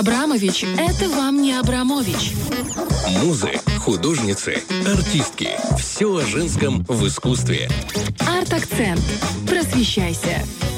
Абрамович – это вам не Абрамович. Музы, художницы, артистки. Все о женском в искусстве. Арт-акцент. Просвещайся.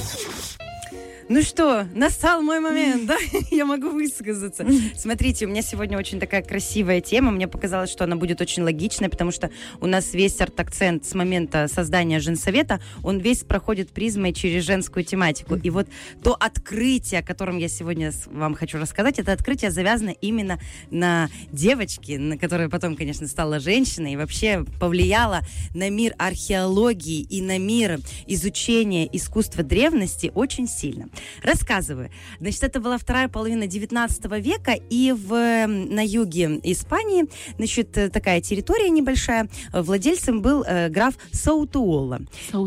Ну что, настал мой момент, да? Я могу высказаться. Смотрите, у меня сегодня очень такая красивая тема. Мне показалось, что она будет очень логичной, потому что у нас весь арт-акцент с момента создания женсовета, он весь проходит призмой через женскую тематику. И вот то открытие, о котором я сегодня вам хочу рассказать, это открытие завязано именно на девочке, на которая потом, конечно, стала женщиной и вообще повлияла на мир археологии и на мир изучения искусства древности очень сильно. Рассказываю. Значит, это была вторая половина 19 века, и на юге Испании, значит, такая территория небольшая, владельцем был граф Саутуолла.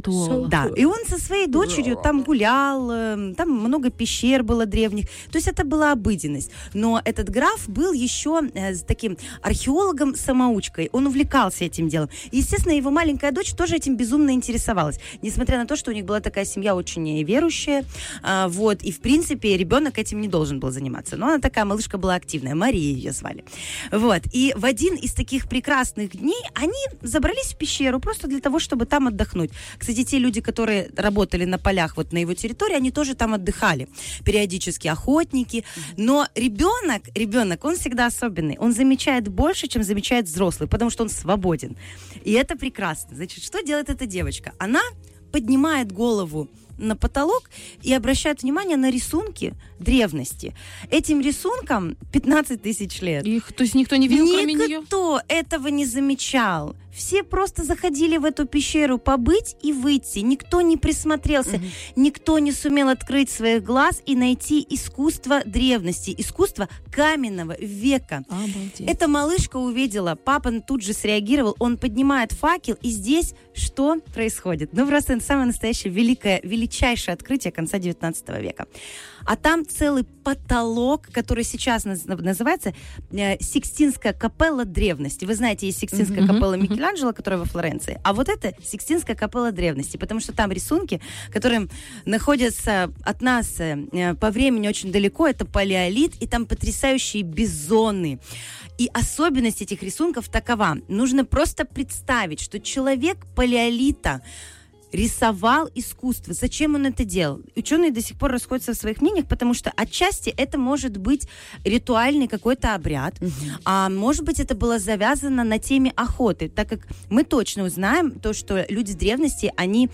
Да, и он со своей дочерью там гулял, там много пещер было древних, то есть это была обыденность. Но этот граф был еще таким археологом-самоучкой, он увлекался этим делом. И, естественно, его маленькая дочь тоже этим безумно интересовалась, несмотря на то, что у них была такая семья очень верующая, вот, и, в принципе, ребенок этим не должен был заниматься. Но она такая малышка была активная, Мария ее звали. Вот, и в один из таких прекрасных дней они забрались в пещеру просто для того, чтобы там отдохнуть. Кстати, те люди, которые работали на полях вот на его территории, они тоже там отдыхали. Периодически охотники. Но ребенок, он всегда особенный. Он замечает больше, чем замечает взрослый, потому что он свободен. И это прекрасно. Значит, что делает эта девочка? Она поднимает голову на потолок и обращают внимание на рисунки древности. Этим рисункам 15 тысяч лет. Их, то есть никто не видел, кроме нее? Никто этого не замечал. Все просто заходили в эту пещеру побыть и выйти. Никто не присмотрелся. Никто не сумел открыть своих глаз и найти искусство древности, искусство каменного века. Обалдеть. Эта малышка увидела, папа тут же среагировал, он поднимает факел, и здесь что происходит? Ну, просто это самое настоящее величайшее открытие конца 19 века. А там целый потолок, который сейчас называется Сикстинская капелла древности. Вы знаете, есть Сикстинская капелла Микеланджело, которая во Флоренции, а вот это Сикстинская капелла древности, потому что там рисунки, которые находятся от нас по времени очень далеко, это палеолит, и там потрясающие бизоны. И особенность этих рисунков такова. Нужно просто представить, что человек палеолита рисовал искусство. Зачем он это делал? Ученые до сих пор расходятся в своих мнениях, потому что отчасти это может быть ритуальный какой-то обряд, а может быть это было завязано на теме охоты, так как мы точно узнаем то, что люди с древности, они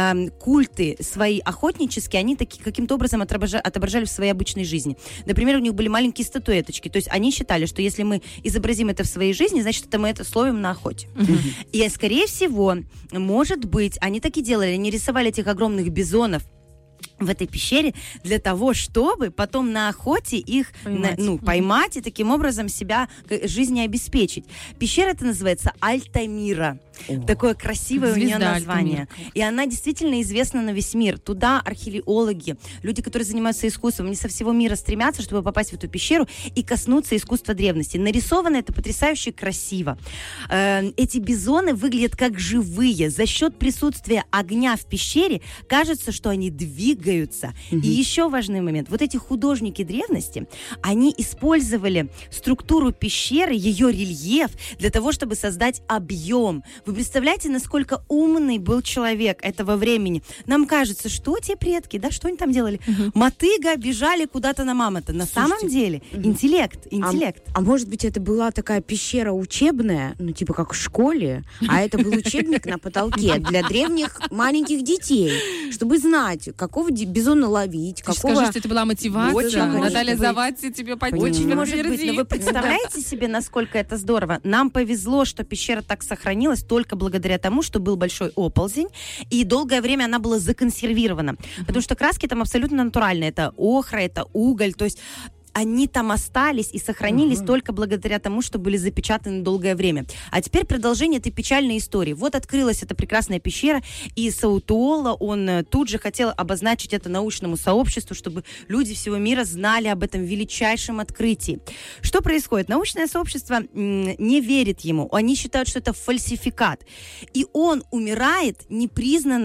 культы свои охотнические, они каким-то образом отображали в своей обычной жизни. Например, у них были маленькие статуэточки, то есть они считали, что если мы изобразим это в своей жизни, значит, это мы это словим на охоте. И, скорее всего, может быть, они такие делали, они рисовали этих огромных бизонов в этой пещере для того, чтобы потом на охоте их поймать и таким образом себя жизнеобеспечить. Пещера эта называется Альтамира. Такое красивое у нее название. И она действительно известна на весь мир. Туда археологи, люди, которые занимаются искусством, они со всего мира стремятся, чтобы попасть в эту пещеру и коснуться искусства древности. Нарисовано это потрясающе красиво. Эти бизоны выглядят как живые. За счет присутствия огня в пещере кажется, что они двигаются. И еще важный момент. Вот эти художники древности, они использовали структуру пещеры, ее рельеф для того, чтобы создать объем. Вы представляете, насколько умный был человек этого времени? Нам кажется, что те предки, да, что они там делали? Мотыга бежали куда-то на мамонта. На самом деле интеллект. А может быть, это была такая пещера учебная, ну, типа как в школе, а это был учебник на потолке для древних маленьких детей, чтобы знать, какого бизона ловить, какого... Скажи, что это была мотивация. Наталья Завадьзи тебе подтвердит. Очень может быть. Но вы представляете себе, насколько это здорово? Нам повезло, что пещера так сохранилась только благодаря тому, что был большой оползень, и долгое время она была законсервирована. Потому что краски там абсолютно натуральные. Это охра, это уголь, то есть они там остались и сохранились только благодаря тому, что были запечатаны долгое время. А теперь продолжение этой печальной истории. Вот открылась эта прекрасная пещера, и Саутуолла, он тут же хотел обозначить это научному сообществу, чтобы люди всего мира знали об этом величайшем открытии. Что происходит? Научное сообщество не верит ему. Они считают, что это фальсификат. И он умирает непризнанным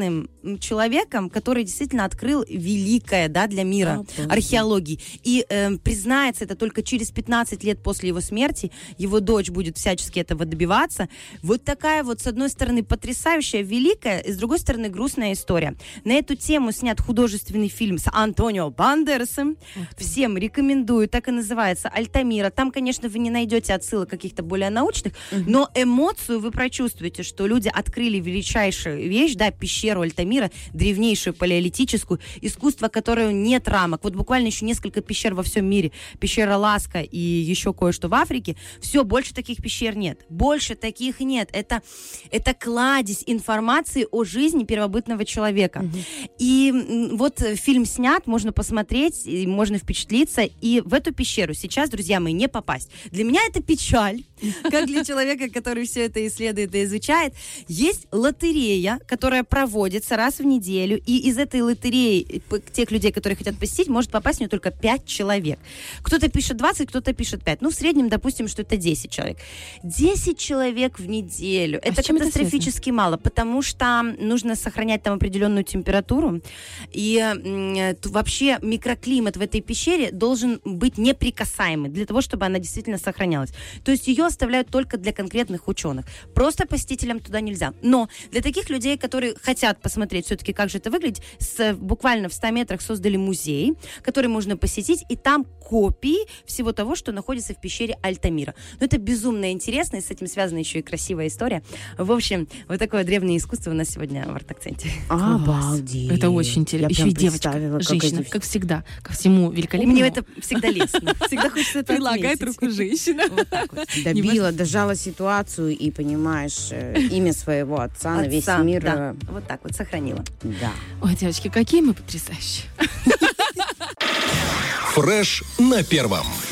человеком, который действительно открыл великое, да, для мира археологии. И признается это только через 15 лет после его смерти. Его дочь будет всячески этого добиваться. Вот такая вот, с одной стороны, потрясающая, великая, и с другой стороны, грустная история. На эту тему снят художественный фильм с Антонио Бандерасом. Всем рекомендую. Так и называется «Альтамира». Там, конечно, вы не найдете отсылок каких-то более научных, но эмоцию вы прочувствуете, что люди открыли величайшую вещь, да, пещеру Альтамира, древнейшую палеолитическую, искусство, которое нет рамок. Вот буквально еще несколько пещер во всем мире. Пещера Ласка и еще кое-что в Африке. Все, больше таких пещер нет. Больше таких нет. Это кладезь информации о жизни первобытного человека. И вот фильм снят, можно посмотреть, можно впечатлиться. И в эту пещеру сейчас, друзья мои, не попасть. Для меня это печаль, как для человека, который все это исследует и изучает. Есть лотерея, которая проводится раз в неделю, и из этой лотереи тех людей, которые хотят посетить, может попасть в нее только 5 человек. Кто-то пишет 20, кто-то пишет 5. Ну, в среднем, допустим, что это 10 человек. 10 человек в неделю. Это катастрофически мало, потому что нужно сохранять там определенную температуру, и вообще микроклимат в этой пещере должен быть неприкасаемый для того, чтобы она действительно сохранялась. То есть ее оставляют только для конкретных ученых. Просто посетителям туда нельзя. Но для таких людей, которые хотят посмотреть все-таки, как же это выглядит, буквально в 100 метрах создали музей, который можно посетить, и там копии всего того, что находится в пещере Альтамира. Но это безумно интересно, и с этим связана еще и красивая история. В общем, вот такое древнее искусство у нас сегодня в Арт-акценте. Обалдеть. Это очень интересно. Еще и девочка, женщина, как всегда, ко всему великолепному. Мне это всегда лестно. Всегда хочется это прилагает руку женщина. Вот так вот. Добила, дожала ситуацию и, понимаешь, имя своего отца на весь мир. Да, вот так вот сохранила. Да. Ой, девочки, какие мы потрясающие. Фреш на первом.